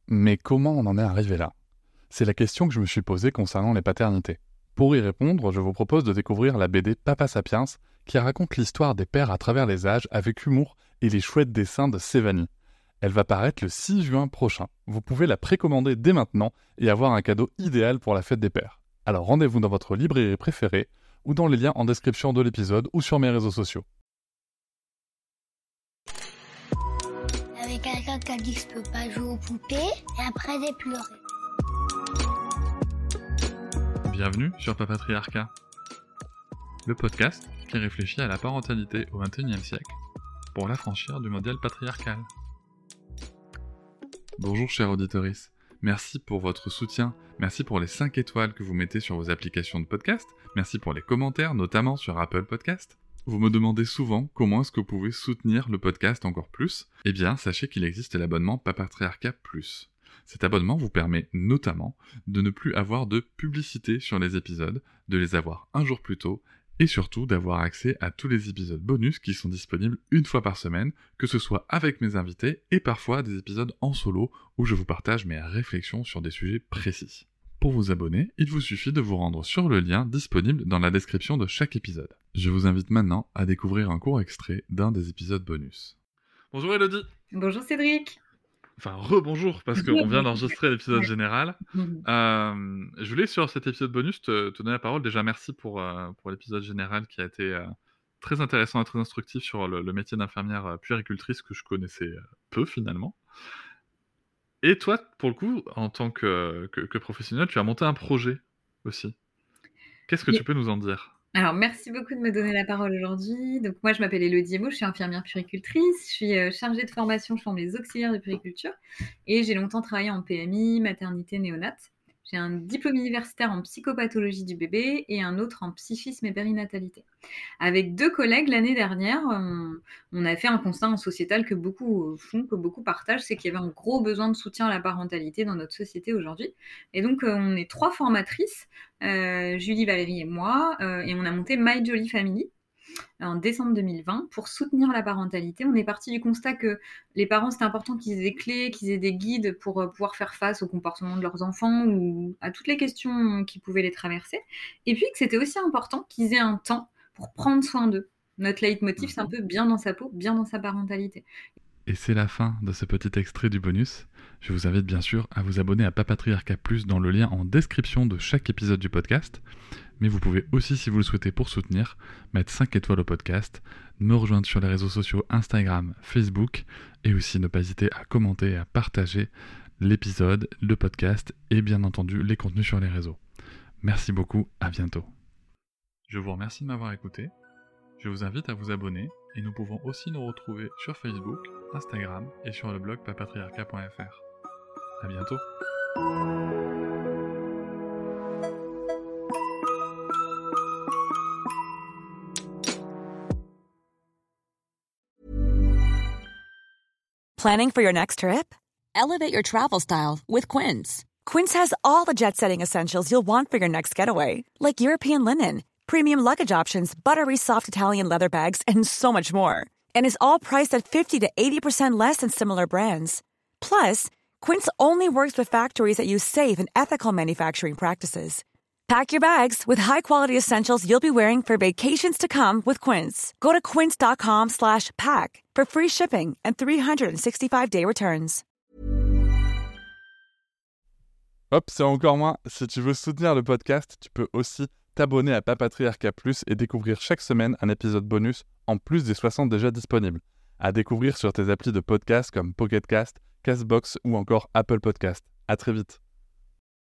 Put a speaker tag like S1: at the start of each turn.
S1: Mais comment on en est arrivé là ? C'est la question que je me suis posée concernant les paternités. Pour y répondre, je vous propose de découvrir la BD Papa Sapiens, qui raconte l'histoire des pères à travers les âges avec humour et les chouettes dessins de Sévanie. Elle va paraître le 6 juin prochain. Vous pouvez la précommander dès maintenant et avoir un cadeau idéal pour la fête des pères. Alors rendez-vous dans votre librairie préférée ou dans les liens en description de l'épisode ou sur mes réseaux sociaux.
S2: Avec quelqu'un qui a dit que je peux pas jouer aux poupées et après j'ai pleuré.
S1: Bienvenue sur Papatriarcat, le podcast qui réfléchit à la parentalité au XXIe siècle pour l'affranchir du modèle patriarcal. Bonjour chers auditoris, merci pour votre soutien, merci pour les 5 étoiles que vous mettez sur vos applications de podcast, merci pour les commentaires, notamment sur Apple Podcast. Vous me demandez souvent comment est-ce que vous pouvez soutenir le podcast encore plus. Eh bien, sachez qu'il existe l'abonnement Papatriarcat Plus. Cet abonnement vous permet notamment de ne plus avoir de publicité sur les épisodes, de les avoir un jour plus tôt, et surtout d'avoir accès à tous les épisodes bonus qui sont disponibles une fois par semaine, que ce soit avec mes invités et parfois des épisodes en solo où je vous partage mes réflexions sur des sujets précis. Pour vous abonner, il vous suffit de vous rendre sur le lien disponible dans la description de chaque épisode. Je vous invite maintenant à découvrir un court extrait d'un des épisodes bonus. Bonjour Elodie.
S3: Bonjour Cédric.
S1: Enfin, rebonjour, parce qu'on vient d'enregistrer l'épisode général. Je voulais, sur cet épisode bonus, te donner la parole. Déjà, merci pour l'épisode général qui a été très intéressant et très instructif sur le métier d'infirmière puéricultrice que je connaissais peu, finalement. Et toi, pour le coup, en tant que professionnel, tu as monté un projet aussi. Qu'est-ce que tu peux nous en dire ?
S3: Alors, merci beaucoup de me donner la parole aujourd'hui. Donc, moi, je m'appelle Elodie Emo, je suis infirmière puéricultrice. Je suis chargée de formation, je forme les auxiliaires de puériculture. Et j'ai longtemps travaillé en PMI, maternité, néonate. J'ai un diplôme universitaire en psychopathologie du bébé et un autre en psychisme et périnatalité. Avec 2 collègues, l'année dernière, on a fait un constat en sociétal que beaucoup font, que beaucoup partagent, c'est qu'il y avait un gros besoin de soutien à la parentalité dans notre société aujourd'hui. Et donc, on est 3 formatrices, Julie, Valérie et moi, et on a monté My Jolly Family en décembre 2020 pour soutenir la parentalité. On est parti du constat que les parents, c'était important qu'ils aient des clés, qu'ils aient des guides pour pouvoir faire face au comportement de leurs enfants ou à toutes les questions qui pouvaient les traverser. Et puis que c'était aussi important qu'ils aient un temps pour prendre soin d'eux. Notre leitmotiv, c'est un peu bien dans sa peau, bien dans sa parentalité.
S1: Et c'est la fin de ce petit extrait du bonus. Je vous invite bien sûr à vous abonner à Papatriarcat Plus dans le lien en description de chaque épisode du podcast. Mais vous pouvez aussi, si vous le souhaitez pour soutenir, mettre 5 étoiles au podcast, me rejoindre sur les réseaux sociaux Instagram, Facebook, et aussi ne pas hésiter à commenter et à partager l'épisode, le podcast et bien entendu les contenus sur les réseaux. Merci beaucoup, à bientôt. Je vous remercie de m'avoir écouté. Je vous invite à vous abonner et nous pouvons aussi nous retrouver sur Facebook, Instagram et sur le blog papatriarcat.fr. À bientôt.
S4: Planning for your next trip? Elevate your travel style with Quince. Quince has all the jet-setting essentials you'll want for your next getaway, like European linen, premium luggage options, buttery soft Italian leather bags, and so much more. And is all priced at 50 to 80% less than similar brands. Plus, Quince only works with factories that use safe and ethical manufacturing practices. Pack your bags with high-quality essentials you'll be wearing for vacations to come with Quince. Go to quince.com/pack for free shipping and 365-day returns.
S1: Hop, c'est encore moins. Si tu veux soutenir le podcast, tu peux aussi t'abonner à Papatriarcat Plus et découvrir chaque semaine un épisode bonus en plus des 60 déjà disponibles. À découvrir sur tes applis de podcast comme Pocket Cast, Castbox ou encore Apple Podcast. À très vite.